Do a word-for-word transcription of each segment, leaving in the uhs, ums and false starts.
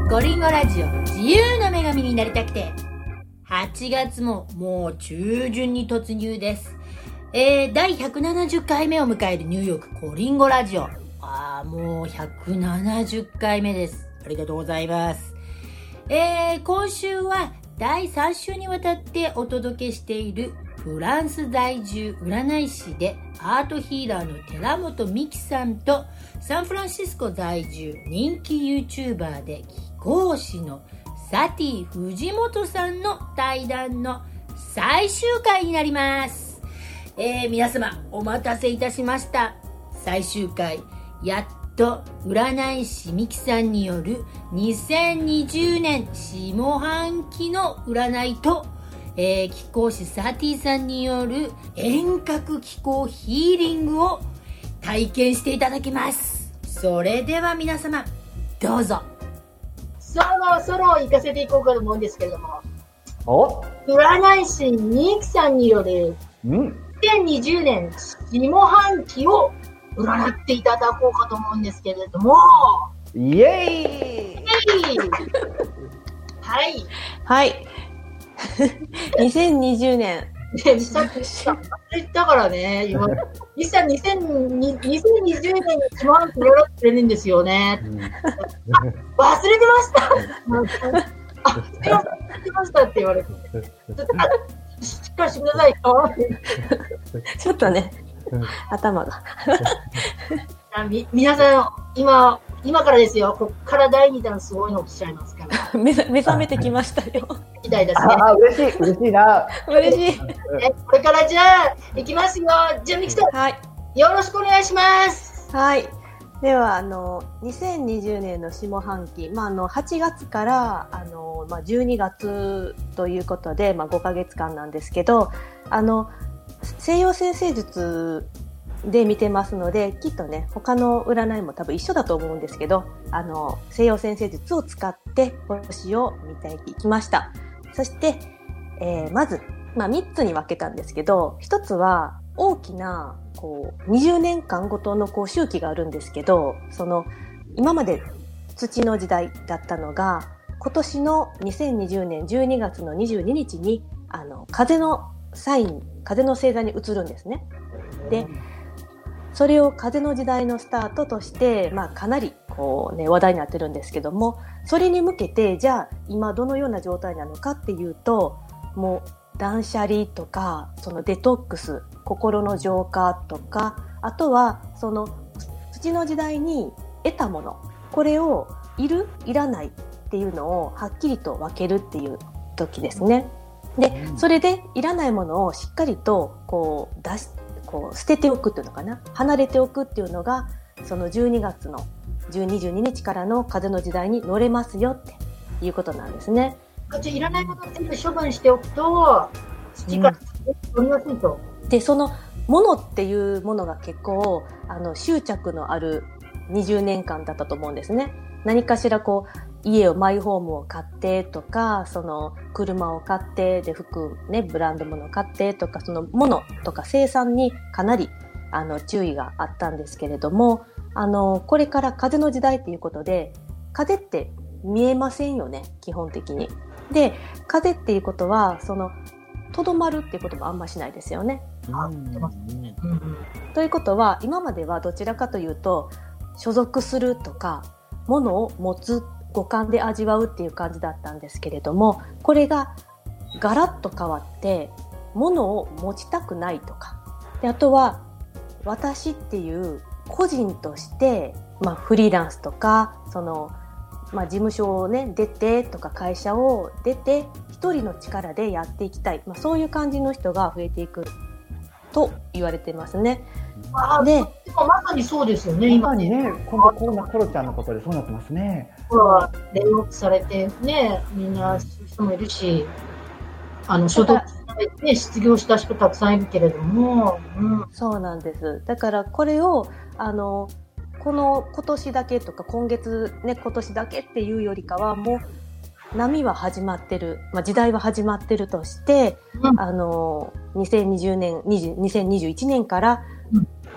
コリンゴラジオ自由の女神になりたくて、はちがつももう中旬に突入です。えー、だいひゃくななじゅっかいめを迎えるニューヨークコリンゴラジオ。あー、もうひゃくななじゅっかいめです。ありがとうございます。えー、今週はだいさん週にわたってお届けしているフランス在住占い師でアートヒーラーの寺本美希さんと、サンフランシスコ在住人気 YouTuber で貴公子のサティ藤本さんの対談の最終回になります。えー、皆様お待たせいたしました。最終回、やっと占い師美希さんによるにせんにじゅうねん下半期の占いと、えー、貴公子サティさんによる遠隔気候ヒーリングを体験していただきます。それでは皆様どうぞ。 そろそろ行かせていこうかと思うんですけれども、 お占い師ミキさんによるうんにせんにじゅうねん下半期を占っていただこうかと思うんですけれども、 イエーイはいはいにせんにじゅうねんね、さっき言ったからね、今実際にせんにじゅうねんに下半期占ってくれるんですよね。あ、忘れてましたあ、すいません、忘れてましたって言われて、ちょっとしっかりしてくださいよちょっとね頭があみ皆さん、今今からですよ。こっからだいにだんすごいの起きちゃいますから目目覚めてきましたよみたいですね。 ああ、嬉しい、嬉しいな。 嬉しい。 ね、これからじゃあ行きますよ。じゃあミキさん、 はいよろしくお願いします。 はい。ではあのにせんにじゅうねんの下半期、まあ、あのはちがつからあの、まあ、じゅうにがつということで、まあ、ごかげつかんなんですけど、あの西洋占星術で見てますので、きっとね他の占いも多分一緒だと思うんですけど、あの西洋占星術を使って星を見ていきました。そして、えー、まず、まあ、みっつに分けたんですけど、ひとつは大きなこうにじゅうねんかんごとのこう周期があるんですけど、その今まで土の時代だったのが、今年のにせんにじゅうねんじゅうにがつのにじゅうににちにあの風のサイン、風の星座に移るんですね。で、それを風の時代のスタートとして、まあ、かなりこう、ね、話題になってるんですけども、それに向けてじゃあ今どのような状態なのかっていうと、もう断捨離とか、そのデトックス、心の浄化とか、あとはその土の時代に得たもの、これをいるいらないっていうのをはっきりと分けるっていう時ですね。で、それでいらないものをしっかりとこう出しこう捨てておくっていうのかな、離れておくっていうのが、そのじゅうにがつのじゅうに、にじゅうににちからの風の時代に乗れますよっていうことなんですね。 じゃあいらないものを全部処分しておくと土から取りやすいと、 うん、でそのものっていうものが結構あの執着のあるにじゅうねんかんだったと思うんですね。何かしらこう家をマイホームを買ってとか、その車を買ってで服ね、ブランド物を買ってとか、その物とか生産にかなりあの注意があったんですけれども、あのこれから風の時代っていうことで、風って見えませんよね、基本的に。で、風っていうことはそのとどまるっていうこともあんましないですよね。 あ、出ますね。うんうん、 ということは、今まではどちらかというと所属するとか物を持つ、五感で味わうっていう感じだったんですけれども、これがガラッと変わって物を持ちたくないとかで、あとは私っていう個人として、まあ、フリーランスとかその、まあ、事務所をね出てとか会社を出て一人の力でやっていきたい、まあ、そういう感じの人が増えていくと言われてますね。 あで、でもまさにそうですよね。 今にね、今度コロナコロちゃんのことでそうなってますね。 レイオフされてね、みんなそういう人もいるし、あの所属されて失業した人たくさんいるけれども、うん、 そうなんです。だからこれをあのこの今年だけとか今月ね、今年だけっていうよりかは、もう波は始まってる、まあ、時代は始まってるとして、うん、あのにせんにじゅうねんにせんにじゅういちねんから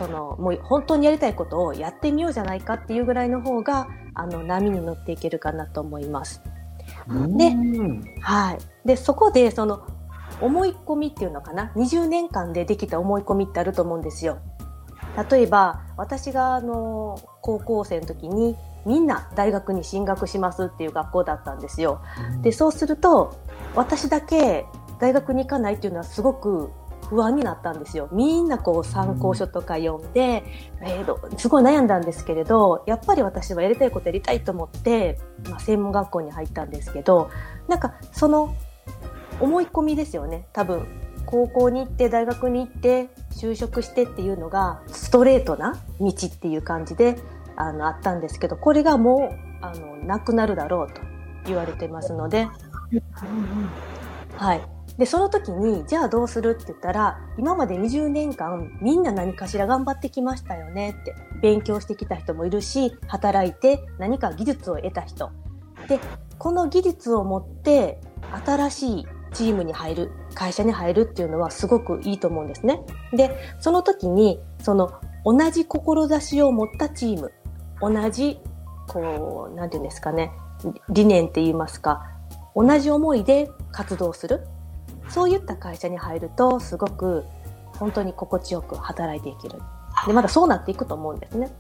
そのもう本当にやりたいことをやってみようじゃないかっていうぐらいの方があの波に乗っていけるかなと思います。で、はい。で、そこでその思い込みっていうのかな、にじゅうねんかんでできた思い込みってあると思うんですよ。例えば私があの高校生の時にみんな大学に進学しますっていう学校だったんですよ。で、そうすると私だけ大学に行かないっていうのはすごく不安になったんですよ。みんなこう参考書とか読んで、えー、すごい悩んだんですけれど、やっぱり私はやりたいことやりたいと思って、まあ、専門学校に入ったんですけど、なんかその思い込みですよね。多分高校に行って大学に行って就職してっていうのがストレートな道っていう感じで あのあったんですけど、これがもうあのなくなるだろうと言われてますので、はい。で、その時に、じゃあどうするって言ったら、今までにじゅうねんかんみんな何かしら頑張ってきましたよねって。勉強してきた人もいるし、働いて何か技術を得た人。で、この技術を持って新しいチームに入る、会社に入るっていうのはすごくいいと思うんですね。で、その時に、その同じ志を持ったチーム、同じ、こう、なんていうんですかね、理念って言いますか、同じ思いで活動する。そういった会社に入るとすごく本当に心地よく働いていける。で、まだそうなっていくと思うんですね。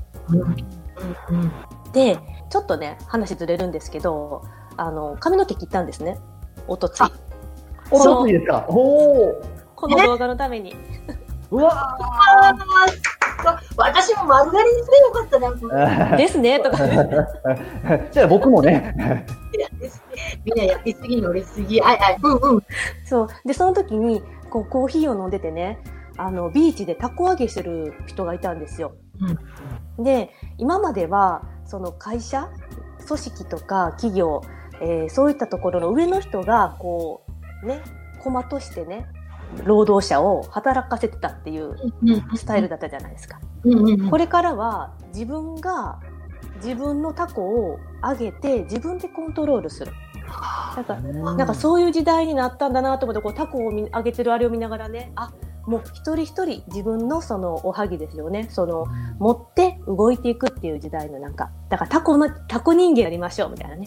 で、ちょっとね、話ずれるんですけど、あの、髪の毛切ったんですね。おとつい。 おとついですか。おー。 この動画のために。 うわー。私も丸刈りにしてよかったな。 ですね、とか。 じゃあ僕もね。 みんなやりすぎ乗りすぎ。はいはい。うんうん。 そう。で、その時に、こう、コーヒーを飲んでてね、あの、ビーチでタコ揚げしてる人がいたんですよ。うん、で、今までは、その会社、組織とか企業、えー、そういったところの上の人が、こう、ね、駒としてね、労働者を働かせてたっていうスタイルだったじゃないですか。これからは自分が自分のタコを上げて自分でコントロールする。なんか、なんかそういう時代になったんだなと思って、こうタコを上げてるあれを見ながらね、あ、もう一人一人自分のそのおはぎですよね。その持って動いていくっていう時代のなんか、だからタコの、タコ人間やりましょうみたいなね。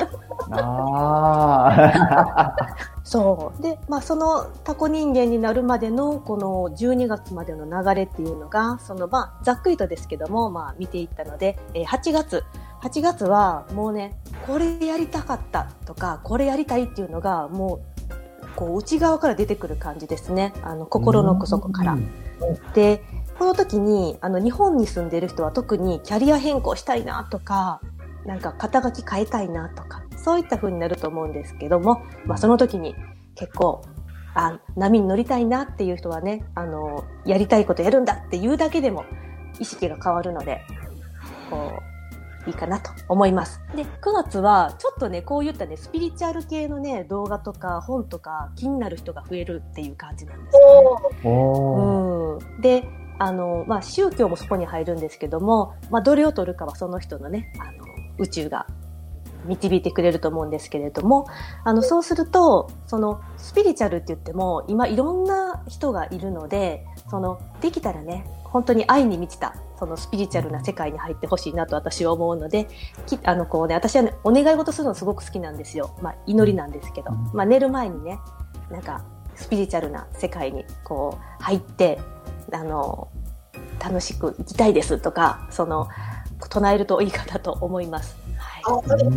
あそう。で、まあそのタコ人間になるまでのこのじゅうにがつまでの流れっていうのが、そのまあざっくりとですけども、まあ見ていったので、えー、はちがつ、はちがつはもうね、これやりたかったとか、これやりたいっていうのがもう、こう内側から出てくる感じですね。あの心の奥底から。で、この時にあの日本に住んでいる人は特にキャリア変更したいなとか、なんか肩書き変えたいなとか、そういった風になると思うんですけども、まあその時に結構あ波に乗りたいなっていう人はね、あのやりたいことやるんだっていうだけでも意識が変わるので、こう。いいかなと思います。で、くがつはちょっとね、こういったね、スピリチュアル系のね、動画とか本とか気になる人が増えるっていう感じなんですね。うん。で、あの、まあ、宗教もそこに入るんですけども、まあ、どれを取るかはその人のね、あの、宇宙が導いてくれると思うんですけれども、あの、そうすると、その、スピリチュアルって言っても、今いろんな人がいるので、その、できたらね、本当に愛に満ちた、そのスピリチュアルな世界に入ってほしいなと私は思うので、きあのこうね、私はね、お願い事するのすごく好きなんですよ。まあ、祈りなんですけど、まあ、寝る前にね、なんかスピリチュアルな世界にこう入って、あの楽しく生きたいですとか、その唱えるといいかなと思います。はい。あ、 うん。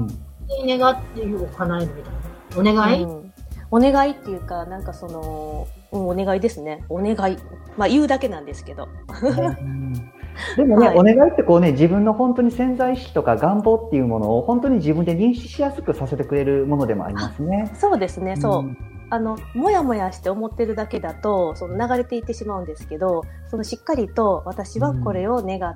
願っていうを叶えるみたいな。お願い？うん、 お願いっていうか、なんかその、うん、お願いですね。お願い。まあ言うだけなんですけど。 でもね、はい、お願いってこうね、自分の本当に潜在意識とか願望っていうものを本当に自分で認識しやすくさせてくれるものでもありますね。 そうですね、そう。うん、あの、もやもやして思ってるだけだと、その流れていってしまうんですけど、そのしっかりと私はこれを願って、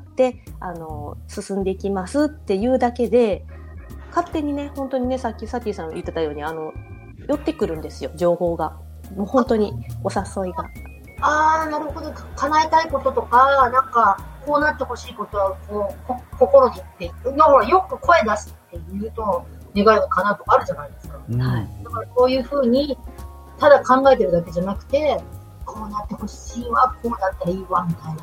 うん、あの、進んでいきますっていうだけで、勝手にね、本当にね、さっきサティさん言ってたように、あの、寄ってくるんですよ、情報が。もう本当にお誘いが。 ああ、なるほど。叶えたいこととか、なんか、こうなってほしいことは、こう、こ心にって、だからよく声出すって言うと、願いが叶うとかあるじゃないですか。 はい。 だからこういうふうに、ただ考えてるだけじゃなくて、こうなってほしいわ、こうだったらいいわ、みたいな。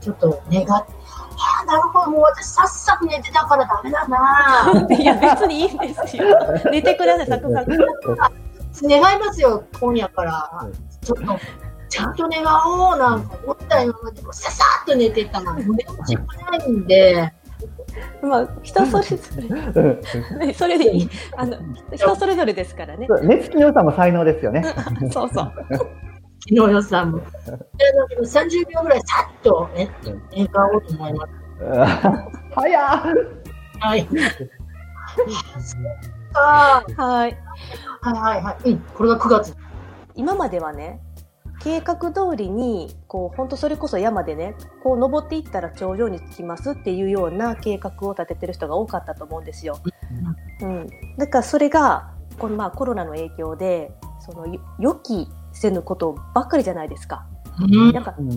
ちょっと願って、ああ、なるほど、もう私さっさと寝てたからダメだな。 いや、別にいいんですよ。寝てください、サクサク。 願いますよ、今夜から。ちょっと、ちゃんと願おうなんか思った今までもささっと寝てたら、寝落ちがないんで。 まあ、人それぞれ、それでいい。あの、人それぞれですからね。 寝つきの良さも才能ですよね。 そうそう。 昨日よさんも。さんじゅうびょうぐらいさっとね、願おうと思います。 早っ。 はい。 はい。はいはいはい。うん、これがくがつ。 今まではね、計画通りに、こう、本当それこそ山でね、こう登っていったら頂上に着きますっていうような計画を立ててる人が多かったと思うんですよ。うん。だからそれが、このまあコロナの影響で、その予期せぬことばっかりじゃないですか。うん、なんか、うんうん、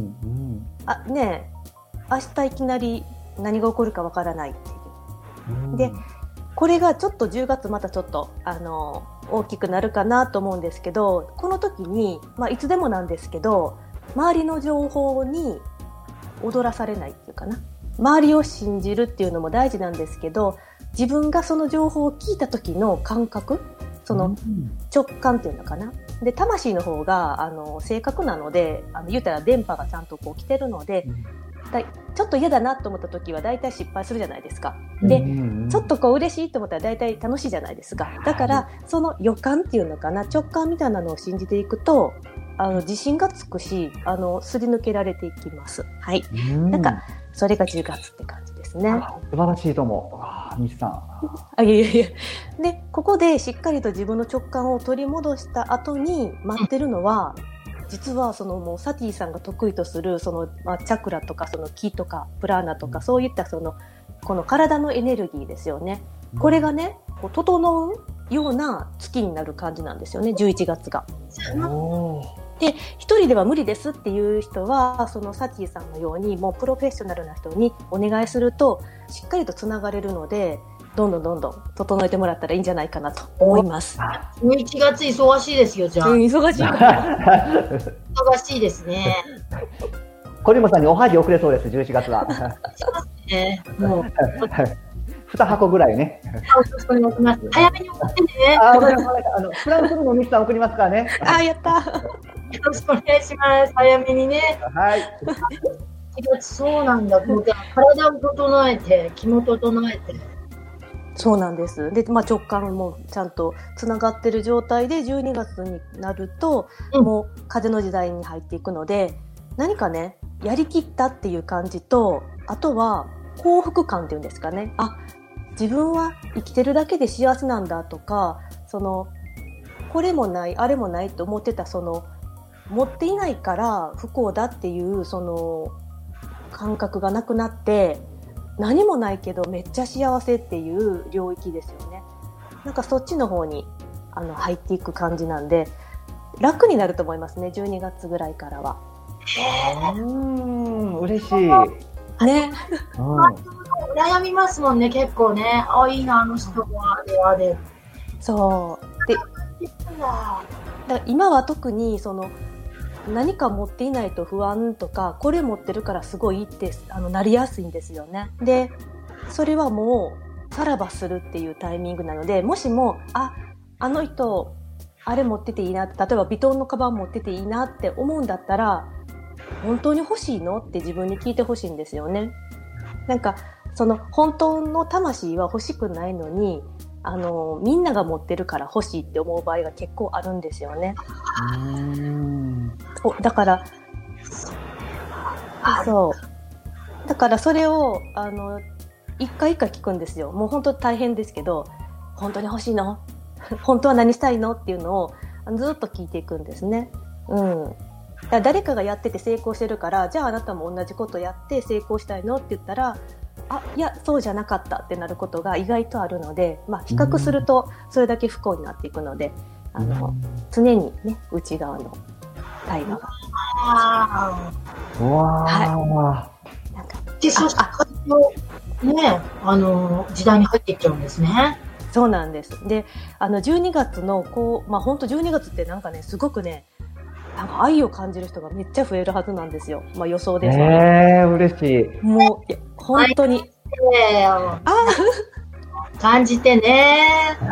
あ、ねえ、明日いきなり何が起こるかわからないっていう。うん、で、これがちょっとじゅうがつまたちょっと、あの、大きくなるかなと思うんですけど、この時に、まあ、いつでもなんですけど、周りの情報に踊らされないっていうかな。周りを信じるっていうのも大事なんですけど、自分がその情報を聞いた時の感覚、その直感っていうのかな。で、魂の方が、あの、正確なので、あの、言うたら電波がちゃんとこう来てるので、だちょっと嫌だなと思った時は大体失敗するじゃないですか。で、ちょっとこう嬉しいと思ったら大体楽しいじゃないですか。だから、その予感っていうのかな、直感みたいなのを信じていくと、あの、自信がつくし、あの、すり抜けられていきます。はい。なんか、それがじゅうがつって感じですね。 素晴らしいと思う。あ、西さん。 あ、いやいやいや。で、ここでしっかりと自分の直感を取り戻した後に待ってるのは、実はそのもうサティさんが得意とするその、まあ、チャクラとかその気とかプラーナとかそういったそのこの体のエネルギーですよね。これがね、こう整うような月になる感じなんですよね、じゅういちがつが。で、一人では無理ですっていう人は、そのサティさんのようにもうプロフェッショナルな人にお願いするとしっかりとつながれるので、どんどんどんどん整えてもらったらいいんじゃないかなと思います。 じゅういちがつ忙しいですよ、じゃあ。 うん、忙しい。 忙しいですね。 小島さんにおはぎ遅れそうです、じゅういちがつは。しますね。もう。 にはこぐらいね。 早めに送ってね。 あ、あのフランスにもミスさん送りますからね。 あ、やった。よろしくお願いします。早めにね。 はい。 そうなんだ。体を整えて、気も整えて。 そうなんです。で、まあ、直感もちゃんとつながってる状態でじゅうにがつになると、うん、もう風の時代に入っていくので、何かね、やりきったっていう感じと、あとは幸福感っていうんですかね。あ、自分は生きてるだけで幸せなんだとか、その、これもない、あれもないと思ってた、その、持っていないから不幸だっていう、その、感覚がなくなって、何もないけどめっちゃ幸せっていう領域ですよね。なんかそっちの方にあの入っていく感じなんで楽になると思いますね、じゅうにがつぐらいからは。 へー、うーん、嬉しいね。 うん、悩みますもんね、結構ね。あ、いいな、あの人はあれあれ。 そうで、だから今は特にその何か持っていないと不安とか、これ持ってるからすごいってあのなりやすいんですよね。で、それはもうさらばするっていうタイミングなので、もしも、あ、あの人あれ持ってていいな、例えばヴィトンのカバン持ってていいなって思うんだったら、本当に欲しいのって自分に聞いてほしいんですよね。なんかその本当の魂は欲しくないのに、あのみんなが持ってるから欲しいって思う場合が結構あるんですよね。うーん、だからそうだからそれをあの一回一回聞くんですよ。もう本当大変ですけど、本当に欲しいの本当は何したいのっていうのをずっと聞いていくんですね。うん。だから誰かがやってて成功してるから、じゃああなたも同じことやって成功したいのって言ったら、あ、いや、そうじゃなかったってなることが意外とあるので、まあ、比較するとそれだけ不幸になっていくので、あの、常にね、内側の対話が。 うわー。 はい。なんかで、そして、ね、あの、時代に入っていっちゃうんですね。 そうなんです。で、あの、じゅうにがつの、こう、まあ、ほんとじゅうにがつってなんかね、すごくね、 なんか愛を感じる人がめっちゃ増えるはずなんですよ。まあ予想です。 えー、嬉しい。 もう、いや本当に。 ああ感じてね。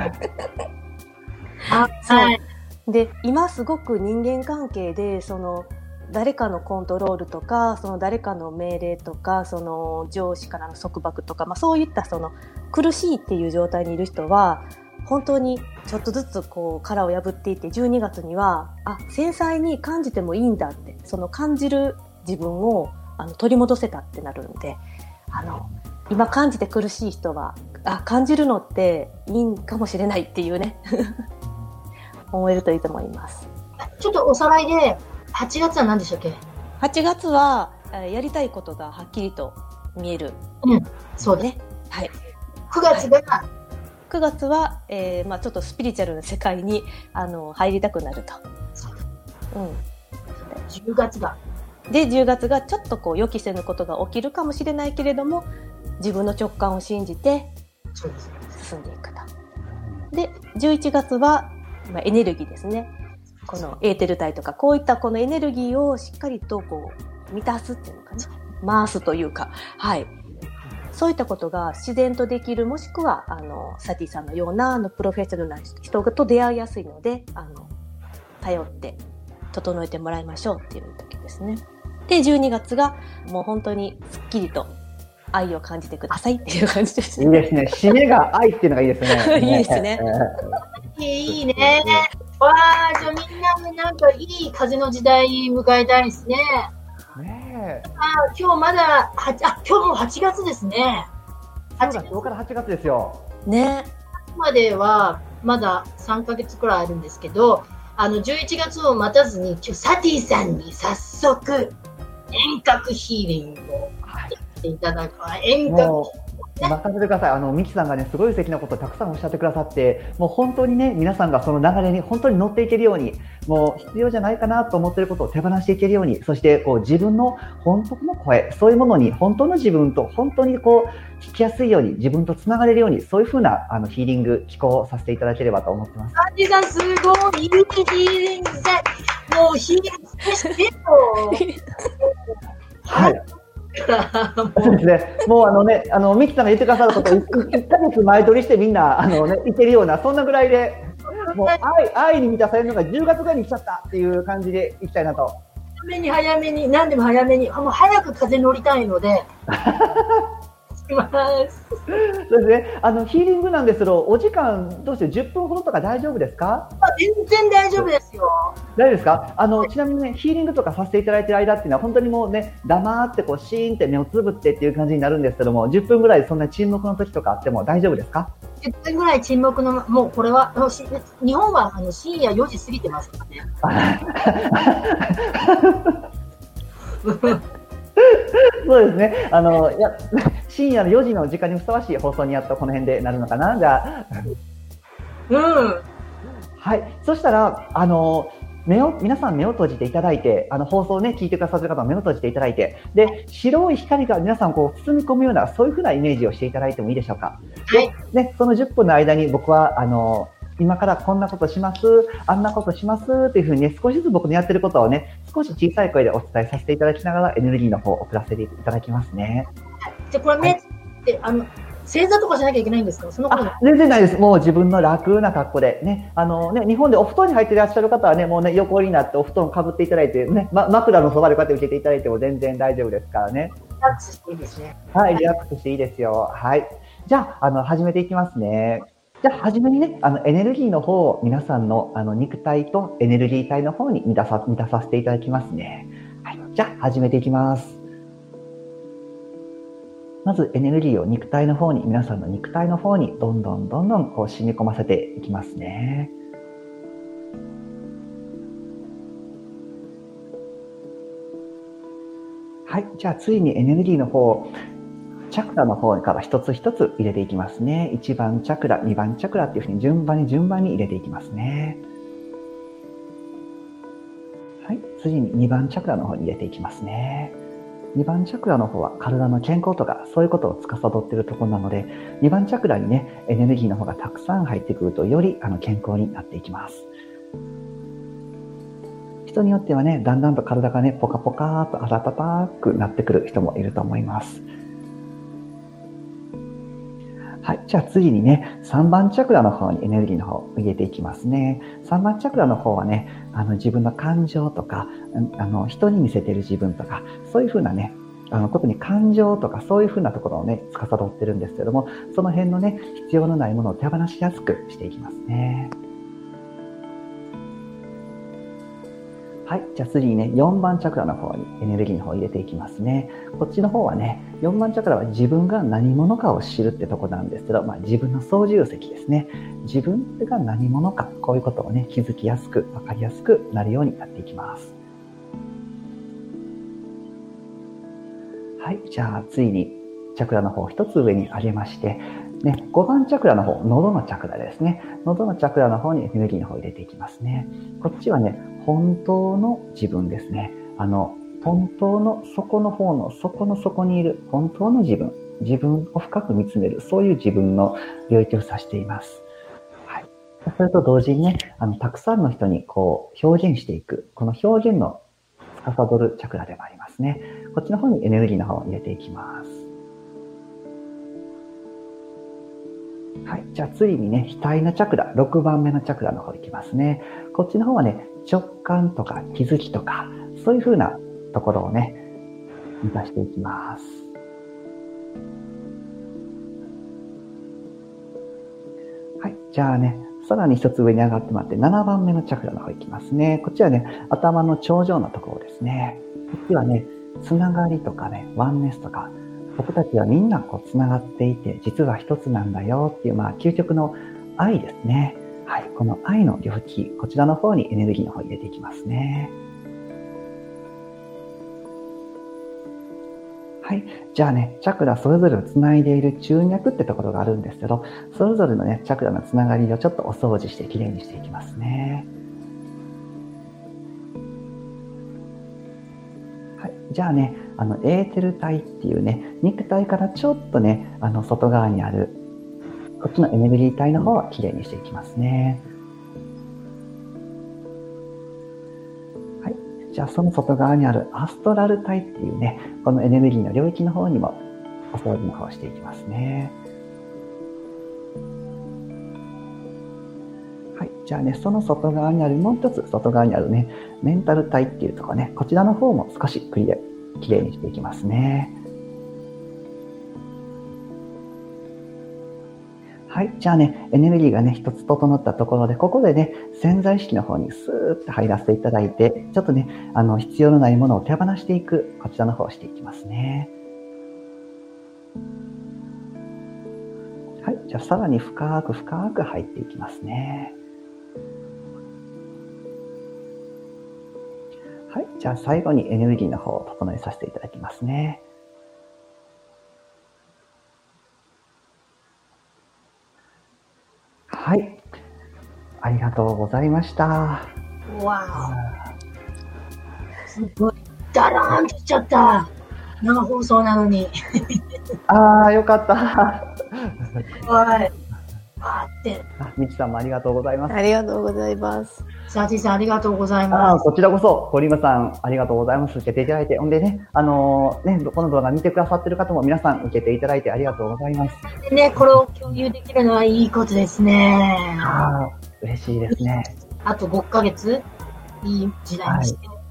あはい。 で、今すごく人間関係で、その、誰かのコントロールとか、その誰かの命令とか、その上司からの束縛とか、まあそういったその苦しいっていう状態にいる人は、本当にちょっとずつこう殻を破っていってじゅうにがつには、あ、繊細に感じてもいいんだって、その感じる自分をあの取り戻せたってなるんで、あの、今感じて苦しい人は、あ、感じるのっていいかもしれないっていうね、思えるといいと思います。 ちょっとおさらいで、はちがつは何でしたっけ？ はちがつは、やりたいことがはっきりと見える。 うん、そうです。 ね。はい。 くがつが、はい、 くがつは、えー、まあちょっとスピリチュアルな世界に、あの、入りたくなると。 そうだ。 うん。 じゅうがつが。で、 じゅうがつがちょっとこう予期せぬことが起きるかもしれないけれども、自分の直感を信じて、 そうです。 進んでいくと。で、じゅういちがつは、まあ、エネルギーですね。このエーテル体とか、こういったこのエネルギーをしっかりとこう、満たすっていうのかな。回すというか、はい。そういったことが自然とできる、もしくは、あの、サティさんのような、あの、プロフェッショナルな人と出会いやすいので、あの、頼って、整えてもらいましょうっていう時ですね。で、じゅうにがつが、もう本当にスッキリと愛を感じてくださいっていう感じですね。 いいですね。締めが愛っていうのがいいですね。 いいですね。 いいね。わあ、じゃあみんなもなんかいい風の時代迎えたいですね。 ねえ。 あ、今日まだはち、あ、今日もはちがつですね。 はちがつ、今日からはちがつですよ。 ね。 まではまださんかげつくらいあるんですけど、あのじゅういちがつを待たずに今日サティさんに早速遠隔ヒーリングをやっていただく。遠隔任せてください。あのミキさんがね、すごい素敵なことをたくさんおっしゃってくださって、もう本当にね、皆さんがその流れに本当に乗っていけるように、もう必要じゃないかなと思っていることを手放していけるように、そしてこう自分の本当の声、そういうものに本当の自分と本当にこう聞きやすいように、自分とつながれるように、そういう風なあのヒーリング、寄稿させていただければと思ってます。 サティさんすごいいいヒーリングさ、もうヒーリングしてよ。 はい。そうですね。もうあのね、あのミキさんが言ってくださることをいっかげつ前取りしてみんなあのねいけるような、そんなぐらいで、もう愛愛に満たされるのがじゅうがつぐらいに来ちゃったっていう感じでいきたいなと。 早めに早めに何でも早めに、もう早く風乗りたいので。します。 そうですね。あのヒーリングなんですけど、お時間どうしてじゅっぷんほどとか大丈夫ですか？ あ、全然大丈夫ですよ。 大丈夫ですか？あのちなみにね、ヒーリングとかさせていただいている間っていうのは本当にもうね、黙ってこうシーンって目をつぶってっていう感じになるんですけども、じゅっぷんぐらいそんな沈黙の時とかあっても大丈夫ですか？ じゅっぷんぐらい沈黙の、もうこれは日本はあの深夜よじ過ぎてますからね。 そうですね。あのいや深夜のよじの時間にふさわしい放送にやっとこの辺でなるのかな。じゃあ、 うん。 はい。そしたらあの目を皆さん目を閉じていただいて、あの放送をね聞いてくださってる方は目を閉じていただいて、で白い光が皆さんこう包み込むようなそういう風なイメージをしていただいてもいいでしょうか。 はい。 でね、そのじゅっぷんの間に僕はあの今からこんなことします、あんなことしますというふうにね、少しずつ僕のやってることをね、少し小さい声でお伝えさせていただきながらエネルギーの方を送らせていただきますね。 じゃあこれ目って、はい、あの正座とかしなきゃいけないんですか？そのことあ、全然ないです。もう自分の楽な格好でね、あのね、日本でお布団に入っていらっしゃる方はね、もうね、横になってお布団かぶっていただいてね、ま、枕のそばでこうやって受けていただいても全然大丈夫ですからね。 リラックスしていいですね。 はい、リラックスしていいですよ。はい。じゃあ、あの、始めていきますね。じゃあ、はじめにね、あの、エネルギーの方を皆さんの、あの、肉体とエネルギー体の方に満たさ、満たさせていただきますね。はい。じゃあ、始めていきます。まず、エネルギーを肉体の方に、皆さんの肉体の方に、どんどんどんどん、こう、染み込ませていきますね。はい。じゃあ、ついにエネルギーの方、チャクラの方から一つ一つ入れていきますね。いちばんチャクラ、にばんチャクラっていうふうに順番に順番に入れていきますね。はい。次ににばんチャクラの方に入れていきますね。にばんチャクラの方は体の健康とかそういうことを司っているところなので、にばんチャクラにね、エネルギーの方がたくさん入ってくるとよりあの健康になっていきます。 人によってはね、だんだんと体がね、ポカポカーと温かくなってくる人もいると思います。はい。じゃあ次にね、さんばんチャクラの方にエネルギーの方を入れていきますね。さんばんチャクラの方はね、あの自分の感情とか、あの人に見せている自分とか、そういう風なね、あの特に感情とかそういう風なところをね、司ってるんですけども、その辺のね、必要のないものを手放しやすくしていきますね。はい。じゃあ次にね、よんばんチャクラの方にエネルギーの方を入れていきますね。こっちの方はね、よんばんチャクラは自分が何者かを知るってとこなんですけど、まあ自分の操縦席ですね。自分が何者か、こういうことをね、気づきやすく、わかりやすくなるようになっていきます。はい。じゃあ次に、チャクラの方を一つ上に上げまして、ね、ごばんチャクラの方、喉のチャクラですね。喉のチャクラの方にエネルギーの方を入れていきますね。こっちはね、本当の自分ですね。あの、本当の底の方の底の底にいる本当の自分。自分を深く見つめる、そういう自分の領域を指しています。はい。それと同時にね、あの、たくさんの人にこう、表現していく。この表現の司るチャクラでもありますね。こっちの方にエネルギーの方を入れていきます。はい。じゃあ次にね、額のチャクラ、ろくばんめのチャクラの方いきますね。こっちの方はね、直感とか気づきとか、そういう風なところをね、満たしていきます。はい。じゃあね、さらに一つ上に上がってもらって、ななばんめのチャクラの方いきますね。こっちはね、頭の頂上のところですね。こっちはね、つながりとかね、ワンネスとか、僕たちはみんなこうつながっていて、実は一つなんだよっていう、まあ、究極の愛ですね。はい。この愛の領域、こちらの方にエネルギーの方を入れていきますね。はい。じゃあね、チャクラそれぞれをつないでいる中脈ってところがあるんですけど、それぞれのね、チャクラのつながりをちょっとお掃除してきれいにしていきますね。はい。じゃあね、あの、エーテル体っていうね、肉体からちょっとね、あの、外側にある、こっちのエネルギー体の方はきれいにしていきますね。はい。じゃあその外側にあるアストラル体っていうね、このエネルギーの領域の方にもお掃除の方をしていきますね。はい。じゃあね、その外側にある、もう一つ外側にあるね、メンタル体っていうところね、こちらの方も少しクリア、きれいにしていきますね。はい。じゃあね、エネルギーがね、一つ整ったところで、ここでね、潜在意識の方にスーッと入らせていただいて、ちょっとね、あの、必要のないものを手放していく、こちらの方をしていきますね。はい。じゃあ、さらに深く深く入っていきますね。はい。じゃあ、最後にエネルギーの方を整えさせていただきますね。はい。ありがとうございました。 わー。すごい。ダラーンとしちゃった。生放送なのに。 ああ、よかった。 はい。あーって。 あ、みちさんもありがとうございます。 ありがとうございます。 サーティさんありがとうございああ、 ます。 こちらこそ、堀間さん、ありがとうございます。受けていただいて。ほんでね、あのー、ね、この動画見てくださってる方も皆さん受けていただいてありがとうございます。 でね、これを共有できるのはいいことですね。 ああ、嬉しいですね。 あとごかげつ、いい時代にして、はい、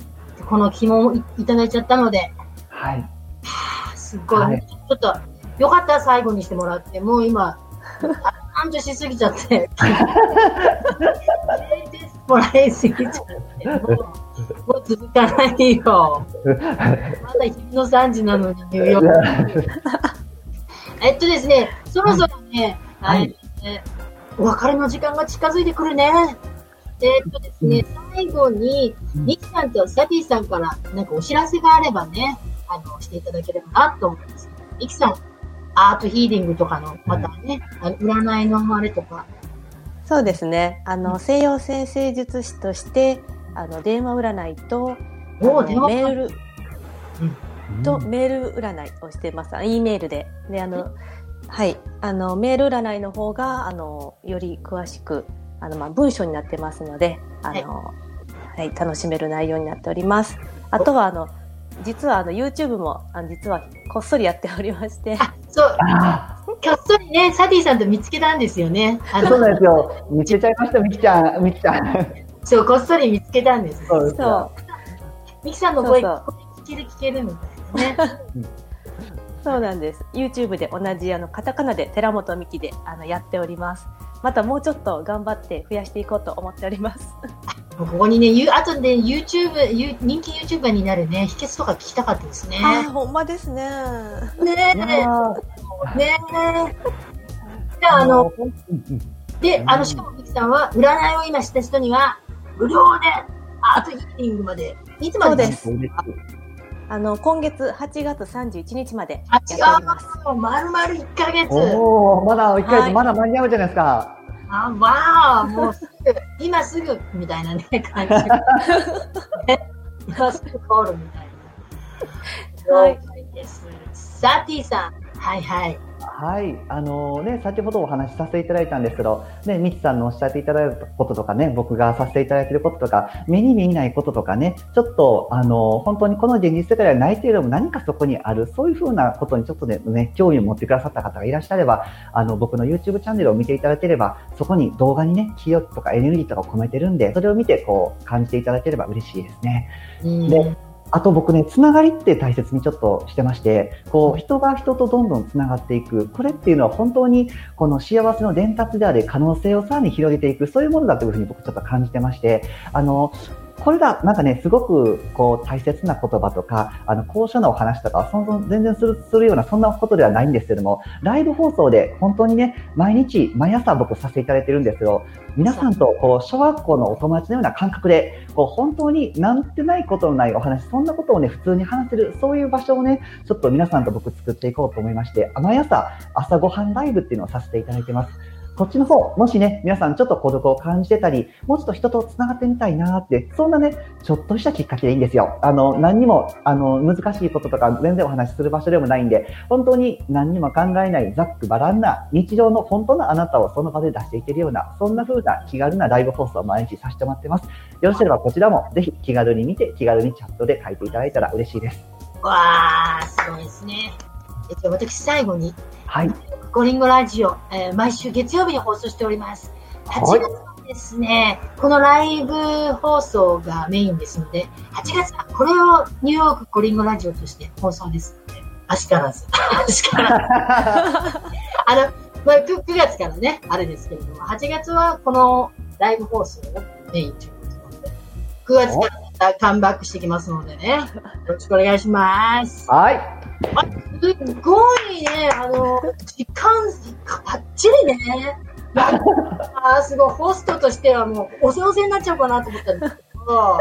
この紐も い, いただいちゃったので、 はい。 はあ、すっごい、 はい、 ちょっと、よかったら最後にしてもらって、もう今、あんとしすぎちゃって、もらいすぎちゃって、もう、もう続かないよ。まだ昼のさんじなのに、ニューヨーク。えっとですね、そろそろね、はい、えー、お別れの時間が近づいてくるね。えっとですね、うん、最後に、ニキさんとサティさんからなんかお知らせがあればね、あの、していただければなと思います。ニキさん、アートヒーリングとかの、またね、はい、あの占いのあれとか。 そうですね。あの、西洋占星術師として、あの、電話占いと、 お電話メール、うん、と、メール占いをしてます。E メールで。で、あの、はい。あの、メール占いの方が、あの、より詳しく、あの、まあ、文章になってますので、あの、ははい、楽しめる内容になっております。あとはあの実はあの YouTube もあの実はこっそりやっておりまして。 あ、そう。こっそりね、サティさんと見つけたんですよね。 あのそうなんですよ。見つけちゃいました、みきちゃん、みきちゃん。 そう、こっそり見つけたんです。 そうそう。 みきさんの声、聞ける聞けるみたいなね。 そうなんです。YouTube で同じあのカタカナで寺本美希であのやっております。またもうちょっと頑張って増やしていこうと思っております。 ここにね、あとで YouTube、人気 YouTuber になるね、秘訣とか聞きたかったですね。 ああ、ほんまですね。 ねえ。ねえ。じゃあ、あの、で、あの、しかもみきさんは、占いを今した人には、無料でアートヒーリングまで、いつまでですか？ あの、今月はちがつさんじゅういちにちまでやっております。 あ、丸々いっかげつ。 おー、まだいっかげつ、はい、まだ間に合うじゃないですか。 あ、わあ、もうすぐ、今すぐ、みたいなね、感じ。今すぐコールみたいな。はい。です。サティさん。はいはい。 はい。あのね、先ほどお話しさせていただいたんですけど、ね、みちさんのおっしゃっていただいたこととかね、僕がさせていただいていることとか、目に見えないこととかね、ちょっと、あの、本当にこの現実世界ではないけれども何かそこにある、そういうふうなことにちょっとね、ね興味を持ってくださった方がいらっしゃれば、あの、僕の YouTube チャンネルを見ていただければ、そこに動画にね、気力とかエネルギーとかを込めてるんで、それを見てこう、感じていただければ嬉しいですね。で、あと僕ね、つながりって大切にちょっとしてまして、こう、人が人とどんどんつながっていく。これっていうのは本当に、この幸せの伝達である可能性をさらに広げていく、そういうものだというふうに僕ちょっと感じてまして、あの、これがなんかね、すごくこう大切な言葉とか、あの、高尚なお話とかはそん全然する、するようなそんなことではないんですけども、ライブ放送で本当にね、毎日、毎朝僕させていただいてるんですけど、皆さんとこう小学校のお友達のような感覚で、こう本当になんてないことのないお話、そんなことをね、普通に話せる、そういう場所をね、ちょっと皆さんと僕作っていこうと思いまして、毎朝朝ごはんライブっていうのをさせていただいてます。こっちの方、もしね、皆さんちょっと孤独を感じてたり、もうちょっと人と繋がってみたいなーって、そんなね、ちょっとしたきっかけでいいんですよ。あの、何にも、あの、難しいこととか全然お話しする場所でもないんで、本当に何にも考えないざっくばらんな日常の本当のあなたをその場で出していけるような、そんな風な気軽なライブ放送を毎日させてもらってます。よろしければこちらもぜひ気軽に見て、気軽にチャットで書いていただいたら嬉しいです。 わー、すごいですね。えっと、私最後に、 はい。 コリンゴラジオ、えー、毎週月曜日に放送しております。はちがつはですね、はい、このライブ放送がメインですので、はちがつはこれをニューヨークコリンゴラジオとして放送ですので、明日からず。明日からず。あの、まあ、くがつからね、あれですけれども、はちがつはこのライブ放送がメインということなので、くがつからまたカムバックしてきますのでね、よろしくお願いします。 はい。 あ、すごいね、あの、時間、ばっちりね。あ、すごい、ホストとしてはもう、おせおせになっちゃうかなと思ったんですけど、よ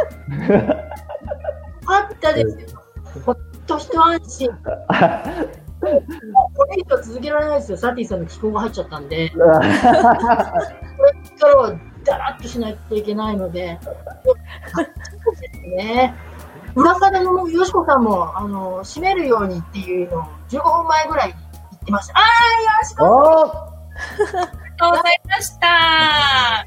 かったですよ。ほっと一安心。これ以上続けられないですよ。サティさんの気候が入っちゃったんで。これからはダラッとしないといけないので。そうですね。裏方のよしこさんも、あの、閉めるようにっていうのをじゅうごふんまえぐらいに言ってました。あー、よしこさんありがとうございました。 はい、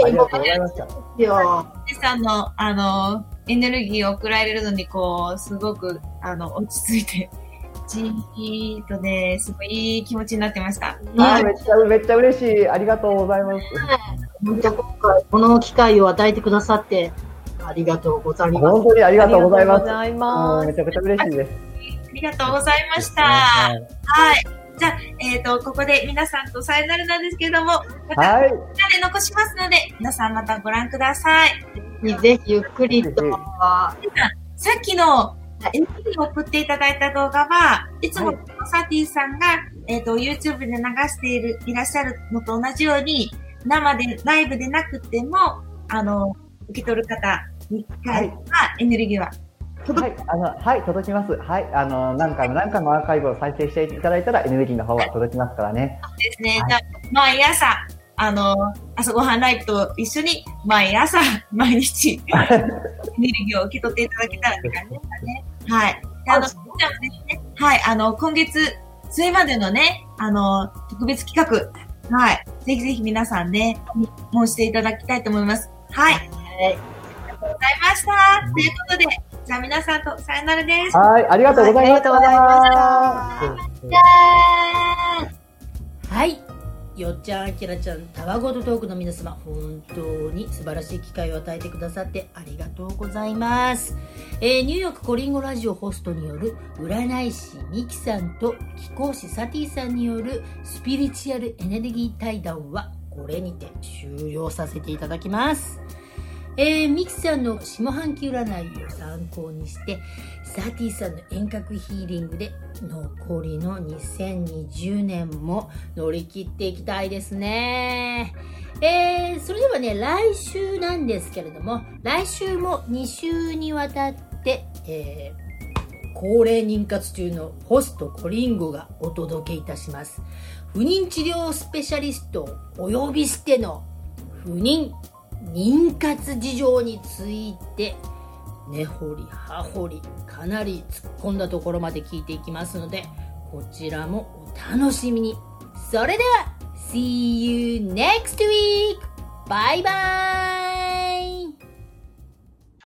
ありがとうございました。 皆さんの、あの、エネルギーを送られるのに、こう、すごく、あの、落ち着いて、じーっとね、すごいいい気持ちになってました。 あー、めっちゃ、めっちゃ嬉しい。ありがとうございます。 本当今回、この機会を与えてくださって、ありがとうございます。 本当にありがとうございます。 ありがとうございます。 めちゃくちゃ嬉しいです。 ありがとうございました。はい。じゃあ、えっと、ここで皆さんとさよならなんですけれども、また、 はい。 で残しますので、皆さんまたご覧ください。 ぜひゆっくりと。 さっきのエネルギーを送っていただいた動画は、いつもサティさんが、えっと、YouTube で流している、いらっしゃるのと同じように、生で、ライブでなくても、あの、受け取る方に回は、エネルギーは、 はい、あの、はい、届きます。はい、あの、何回も何回もアーカイブを再生していただいたら、エネルギーの方は届きますからね。 そうですね。 はい、 じゃあ、毎朝、あの、朝ごはんライブと一緒に、毎朝、毎日、エネルギーを受け取っていただけたらって感じですかね。はい。で、あの、じゃあですね、はい、あの、今月末までのね、あの、特別企画、はい、ぜひぜひ皆さんね、申していただきたいと思います。はい。はい、 ございました。ということで、じゃあ皆さんとさよならです。 はい、ありがとうございました。 はい、ありがとうございました。 はい。よっちゃん、あきらちゃん、たわごとトークの皆様、本当に素晴らしい機会を与えてくださってありがとうございます。えー、ニューヨークコリンゴラジオホストによる占い師ミキさんと貴公子サティさんによるスピリチュアルエネルギー対談はこれにて終了させていただきます。えー、ミキさんの下半期占いを参考にしてサティさんの遠隔ヒーリングで残りのにせんにじゅうねんも乗り切っていきたいですね。えー、それではね、来週なんですけれども、来週もに週にわたって、えー、高齢妊活中のホストコリンゴがお届けいたします。不妊治療スペシャリストをお呼びしての不妊妊活事情について根掘り葉掘りかなり突っ込んだところまで聞いていきますので、こちらもお楽しみに。それでは See you next week! バイバイ